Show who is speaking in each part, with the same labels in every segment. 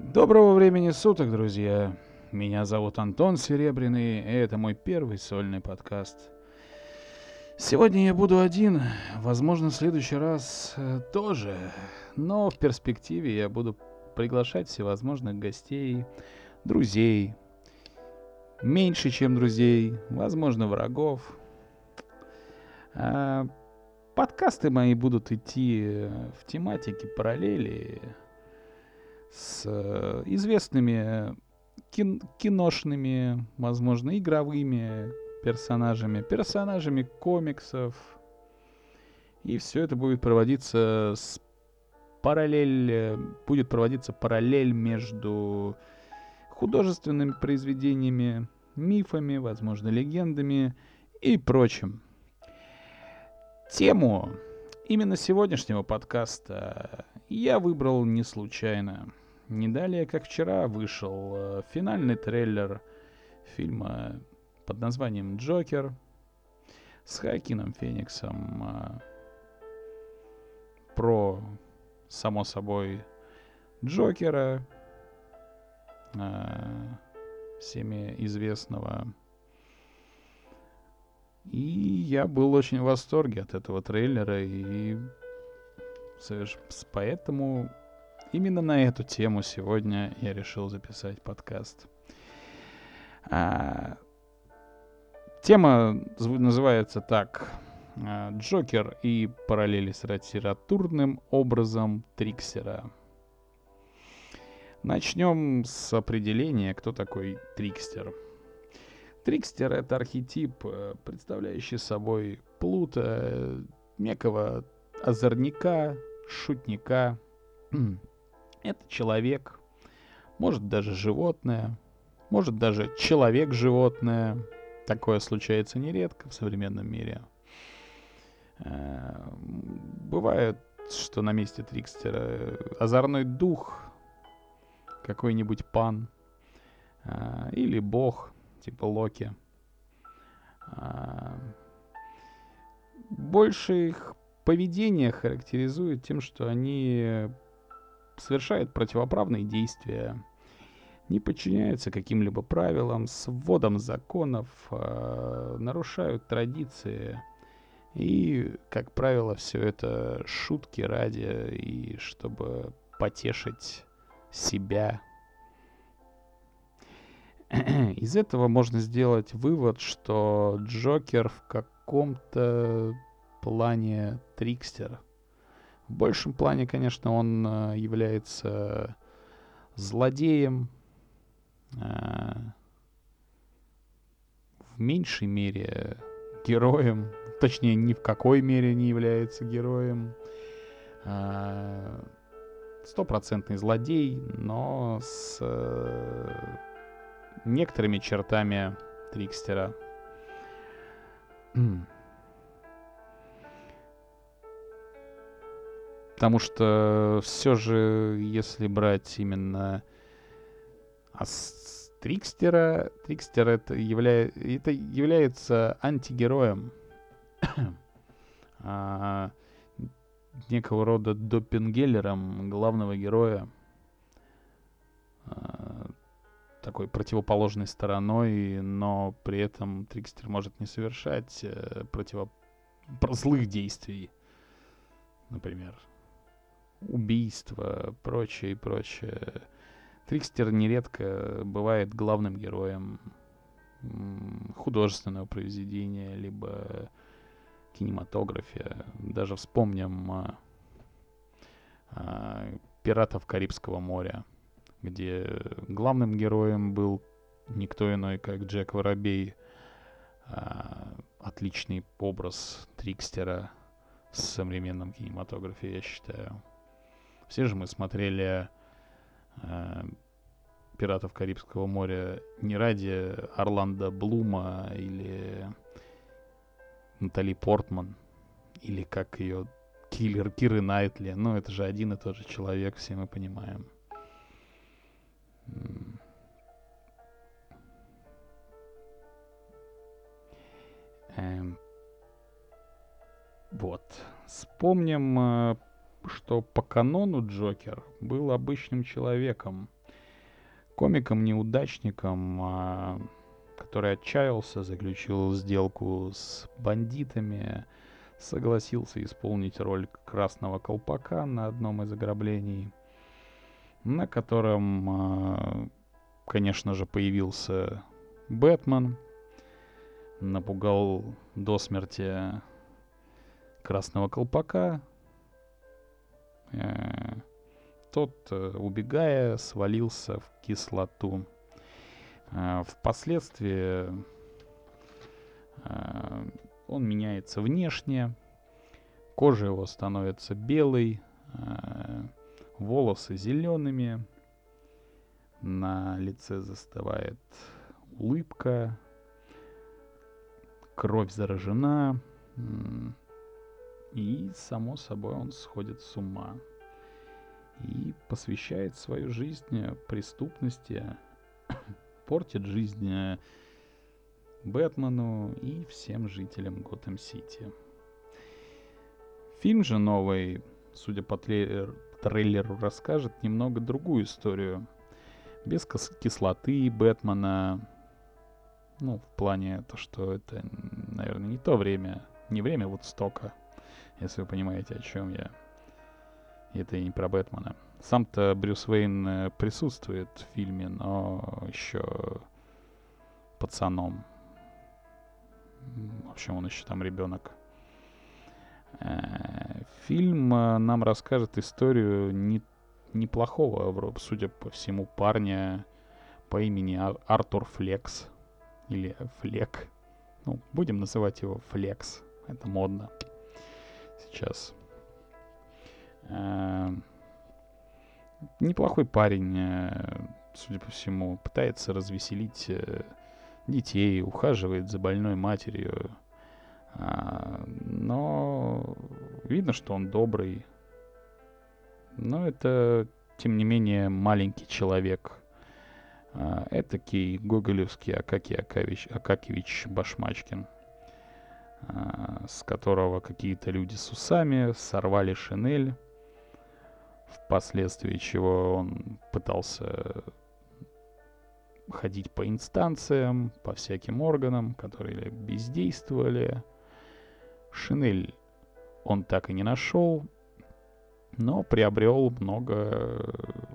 Speaker 1: Доброго времени суток, друзья! Меня зовут Антон Серебряный, и это мой первый сольный подкаст. Сегодня я буду один, возможно, в следующий раз тоже, но в перспективе я буду приглашать всевозможных гостей, друзей, меньше, чем друзей, возможно, врагов. А подкасты мои будут идти в тематике параллели с известными киношными, возможно, игровыми персонажами комиксов. И все это будет проводиться будет проводиться параллель между художественными произведениями, мифами, возможно, легендами и прочим. Тему именно сегодняшнего подкаста я выбрал не случайно. Не далее, как вчера, вышел финальный трейлер фильма под названием «Джокер» с Хоакином Фениксом про, само собой, Джокера, всеми известного. И я был очень в восторге от этого трейлера, и поэтому именно на эту тему сегодня я решил записать подкаст. Тема называется так: «Джокер и параллели с литературным образом Трикстера». Начнем с определения, кто такой Трикстер. Трикстер — это архетип, представляющий собой плута, некого озорника, шутника. Это человек, может даже животное, может даже человек-животное. Такое случается нередко в современном мире. Бывает, что на месте Трикстера озорной дух, какой-нибудь пан или бог, типа Локи. Больше их поведение характеризует тем, что они совершают противоправные действия, не подчиняются каким-либо правилам, сводам законов, нарушают традиции. И, как правило, все это шутки ради, и чтобы потешить себя. Из этого можно сделать вывод, что Джокер в каком-то плане трикстер. В большем плане, конечно, он является злодеем, в меньшей мере героем, точнее, ни в какой мере не является героем. Стопроцентный злодей, но с некоторыми чертами Трикстера. Потому что все же, если брать именно Трикстер это является антигероем, некого рода доппенгеллером главного героя, такой противоположной стороной, но при этом Трикстер может не совершать злых действий, например, убийства, прочее и прочее. Трикстер нередко бывает главным героем художественного произведения, либо кинематографе. Даже вспомним «Пиратов Карибского моря», где главным героем был никто иной, как Джек Воробей. Отличный образ Трикстера в современном кинематографе, я считаю. Все же мы смотрели «Пиратов Карибского моря» не ради Орландо Блума или Натали Портман, или как ее Киры Найтли. Ну, это же один и тот же человек, все мы понимаем. Вот. Вспомним, что по канону Джокер был обычным человеком. комиком-неудачником, который отчаялся, заключил сделку с бандитами, согласился исполнить роль красного колпака на одном из ограблений, на котором, конечно же, появился Бэтмен, напугал до смерти красного колпака. Тот, убегая, свалился в кислоту. Впоследствии он меняется внешне, кожа его становится белой, волосы зелеными, на лице застывает улыбка, кровь заражена, и, само собой, он сходит с ума и посвящает свою жизнь преступности, портит жизнь Бэтмену и всем жителям Готэм-Сити. Фильм же новый, судя по трейлеру, расскажет немного другую историю. Без кислоты Бэтмена. Ну, в плане то, что это, наверное, не то время, не время Вудстока, если вы понимаете, о чем я. Это и не про Бэтмена. Сам-то Брюс Уэйн присутствует в фильме, но еще пацаном. В общем, он еще там ребенок. Фильм нам расскажет историю неплохого, судя по всему, парня по имени Артур Флекс. Или Флек. Ну, будем называть его Флекс. Это модно сейчас. Неплохой парень, судя по всему, пытается развеселить детей, ухаживает за больной матерью. Но видно, что он добрый. Но это, тем не менее, маленький человек. Этакий гоголевский Акакий Акакевич Башмачкин, с которого какие-то люди с усами сорвали шинель, впоследствии чего он пытался ходить по инстанциям, по всяким органам, которые бездействовали. Шинель он так и не нашел, но приобрел много,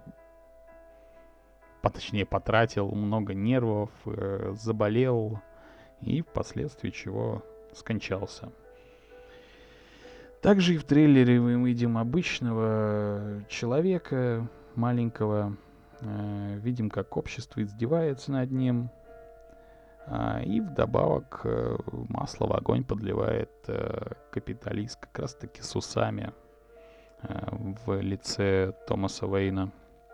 Speaker 1: точнее потратил много нервов, заболел и впоследствии чего скончался. Также и в трейлере мы видим обычного человека, маленького, видим, как общество издевается над ним, и вдобавок масло в огонь подливает капиталист как раз таки с усами в лице Томаса Уэйна.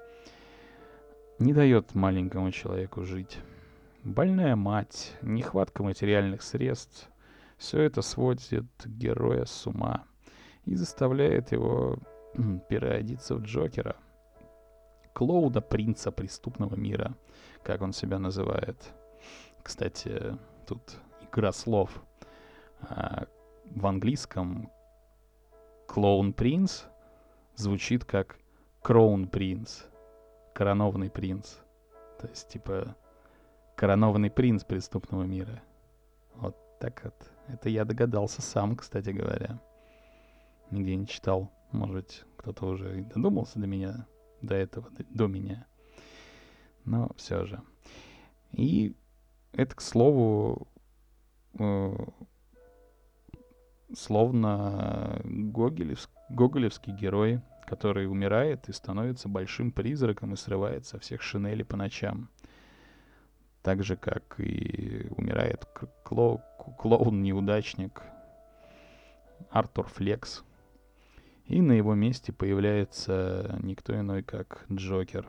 Speaker 1: Не дает маленькому человеку жить. Больная мать, нехватка материальных средств — все это сводит героя с ума и заставляет его переодеться в Джокера, Клоуда-принца преступного мира, как он себя называет. Кстати, тут игра слов. В английском клоун-принц звучит как кроун-принц, коронованный принц. То есть, типа, коронованный принц преступного мира. Вот так вот. Это я догадался сам, кстати говоря. Нигде не читал. Может, кто-то уже и додумался до меня, до этого, до меня. Но все же. И это, к слову, словно гоголевский герой, который умирает и становится большим призраком и срывает со всех шинелей по ночам. Так же, как и умирает клоун-неудачник Артур Флекс. И на его месте появляется никто иной, как Джокер.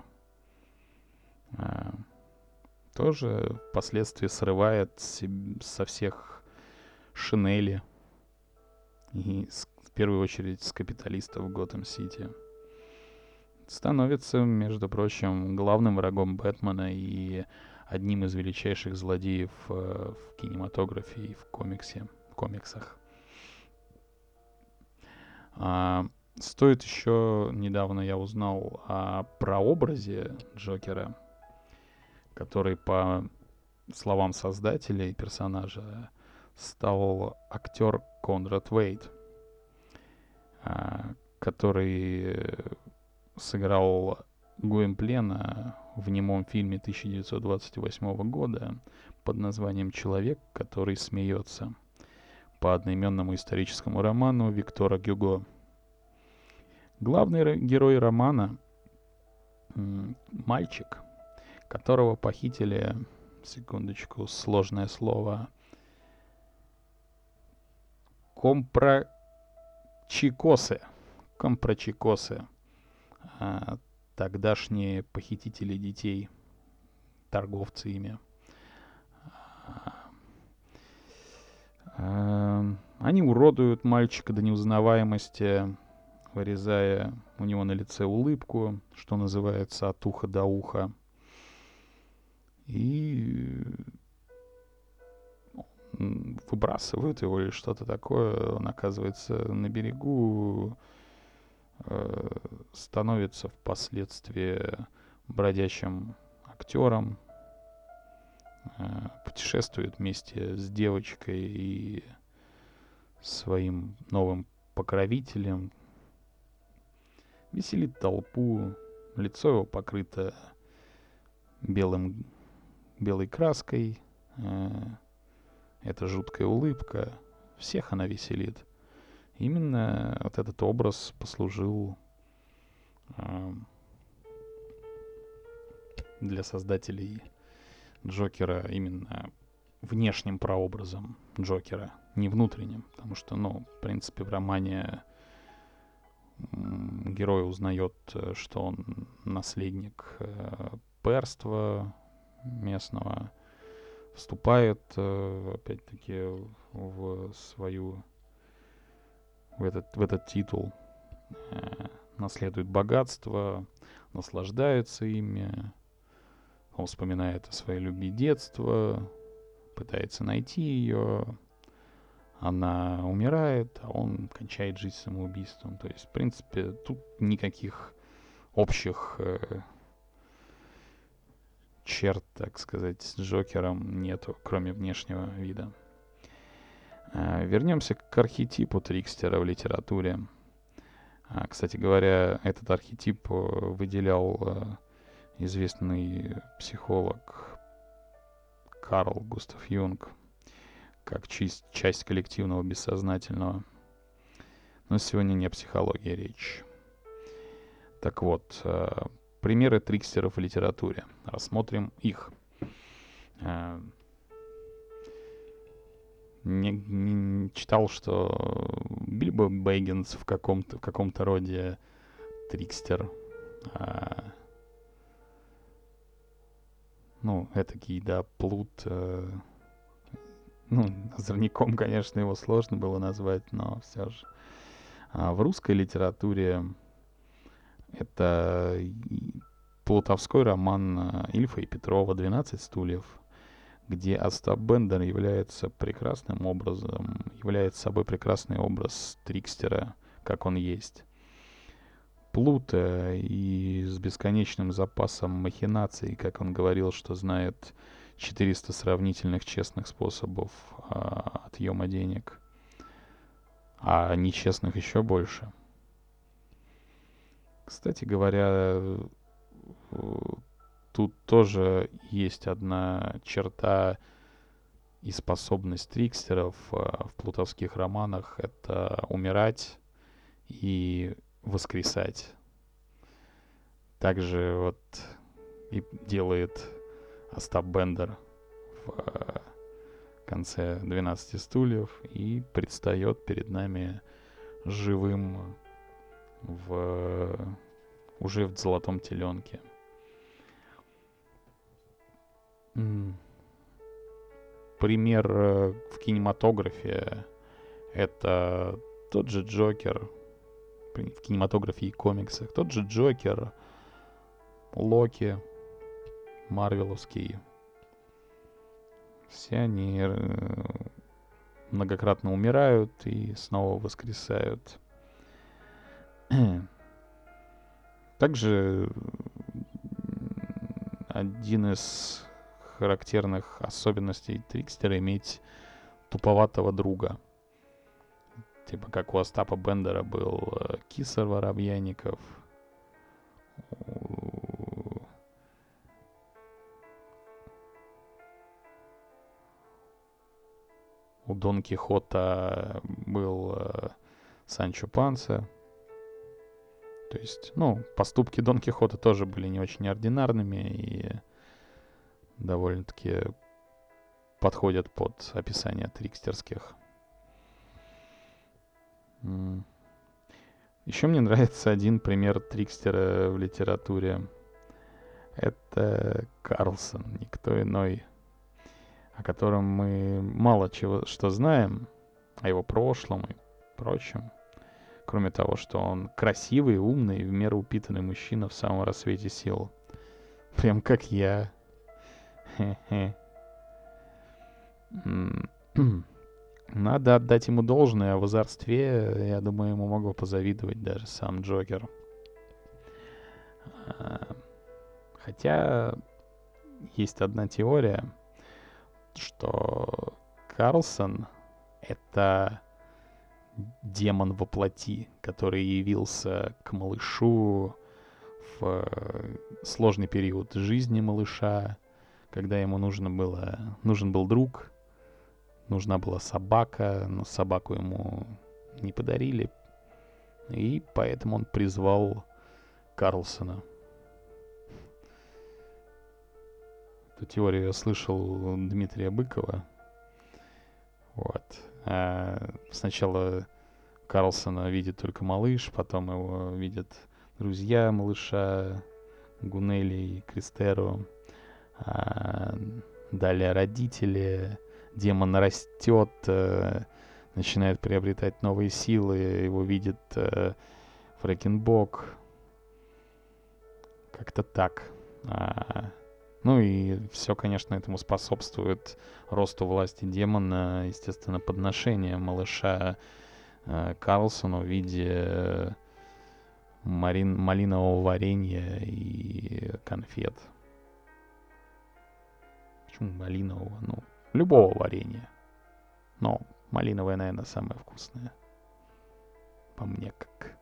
Speaker 1: Тоже впоследствии срывает со всех шинели. И в первую очередь с капиталистов Готэм-Сити. Становится, между прочим, главным врагом Бэтмена и одним из величайших злодеев в кинематографе и в комиксах. Стоит еще, недавно я узнал о прообразе Джокера. который, по словам создателей персонажа, стал актер Конрад Вейт, который сыграл Гуимплена в немом фильме 1928 года под названием «Человек, который смеется», по одноименному историческому роману Виктора Гюго. Главный герой романа — мальчик, которого похитили, секундочку, сложное слово, компрочекосы. Компрочекосы. Тогдашние похитители детей, торговцы ими. Они уродуют мальчика до неузнаваемости, вырезая у него на лице улыбку, что называется, от уха до уха. И выбрасывают его или что-то такое. Он оказывается на берегу, становится впоследствии бродячим актером, путешествует вместе с девочкой и своим новым покровителем, веселит толпу, лицо его покрыто белой краской, это жуткая улыбка, всех она веселит. Именно вот этот образ послужил для создателей Джокера именно внешним прообразом Джокера, не внутренним, потому что, в принципе, в романе герой узнает, что он наследник пэрства местного, вступает, опять-таки, в этот титул, наследует богатство, наслаждается ими, он вспоминает о своей любви детства, пытается найти ее, она умирает, а он кончает жизнь самоубийством. То есть, в принципе, тут никаких общих черт, так сказать, с Джокером нету, кроме внешнего вида. Вернемся к архетипу трикстера в литературе. Кстати говоря, этот архетип выделял известный психолог Карл Густав Юнг как часть коллективного бессознательного. Но сегодня не о психологии речь. Так вот, примеры трикстеров в литературе. Рассмотрим их. Не читал, что Бильбо Бэггинс в каком-то роде трикстер. Этакий, да, плут. Озорником, конечно, его сложно было назвать, но все же. В русской литературе это плутовской роман Ильфа и Петрова «12 стульев», где Остап Бендер является собой прекрасный образ трикстера, как он есть. Плута и с бесконечным запасом махинаций, как он говорил, что знает 400 сравнительных честных способов отъема денег, а нечестных еще больше. Кстати говоря, тут тоже есть одна черта и способность трикстеров в плутовских романах — это умирать и воскресать. Также вот и делает Остап Бендер в конце «12 стульев» и предстает перед нами живым уже в «Золотом теленке». Пример в кинематографе — это тот же Джокер, в кинематографе и комиксах, тот же Джокер, Локи, марвеловский. Все они многократно умирают и снова воскресают. Также один из характерных особенностей Трикстера — иметь туповатого друга. Типа как у Остапа Бендера был Кисар Воробьяников. У Дон Кихота был Санчо Панса. То есть, поступки Дон Кихота тоже были не очень ординарными и довольно-таки подходят под описание трикстерских. Еще мне нравится один пример трикстера в литературе. Это Карлсон, никто иной, о котором мы мало чего что знаем, о его прошлом и прочем. Кроме того, что он красивый, умный и в меру упитанный мужчина в самом рассвете сил. Прям как я. Надо отдать ему должное, а в озорстве, я думаю, ему могу позавидовать даже сам Джокер. Хотя есть одна теория, что Карлсон — это демон во плоти, который явился к малышу в сложный период жизни малыша, когда ему нужен был друг, нужна была собака, но собаку ему не подарили, и поэтому он призвал Карлсона. Эту теорию я слышал у Дмитрия Быкова. Вот. Сначала Карлсона видит только малыш, потом его видят друзья малыша, Гунели и Кристеру. Далее родители. Демон растет, начинает приобретать новые силы. Его видит Фрэкенбок. Как-то так. И все, конечно, этому способствует росту власти демона, естественно, подношение малыша Карлсону в виде малинового варенья и конфет. Почему малинового? Любого варенья. Но малиновое, наверное, самое вкусное. По мне как.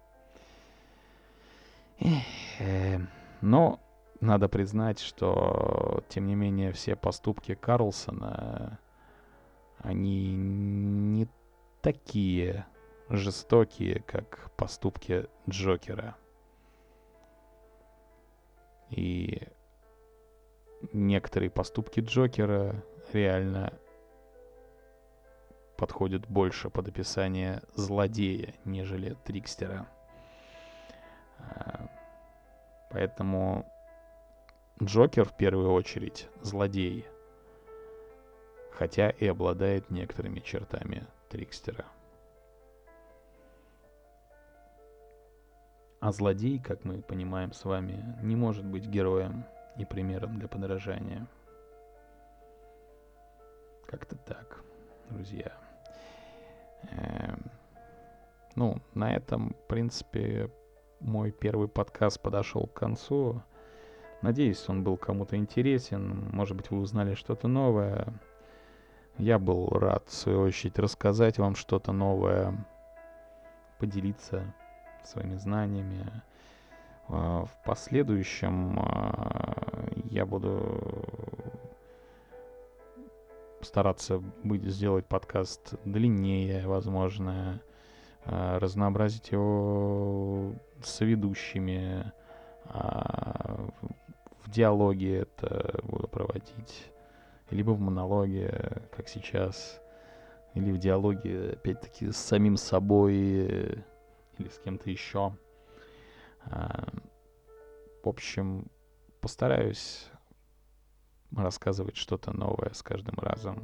Speaker 1: Но надо признать, что, тем не менее, все поступки Карлсона, они не такие жестокие, как поступки Джокера. И некоторые поступки Джокера реально подходят больше под описание злодея, нежели трикстера. Поэтому Джокер в первую очередь злодей, хотя и обладает некоторыми чертами трикстера. А злодей, как мы понимаем с вами, не может быть героем и примером для подражания. Как-то так, друзья. На этом, в принципе, мой первый подкаст подошел к концу. Надеюсь, он был кому-то интересен. Может быть, вы узнали что-то новое. Я был рад, в свою очередь, рассказать вам что-то новое, поделиться своими знаниями. В последующем я буду стараться сделать подкаст длиннее, возможно, разнообразить его с ведущими. В диалоге это буду проводить, либо в монологе, как сейчас, или в диалоге, опять-таки, с самим собой или с кем-то еще. В общем, постараюсь рассказывать что-то новое с каждым разом.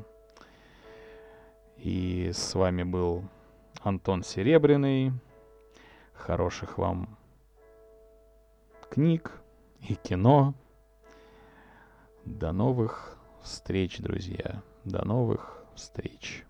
Speaker 1: И с вами был Антон Серебряный. Хороших вам книг и кино. До новых встреч, друзья. До новых встреч.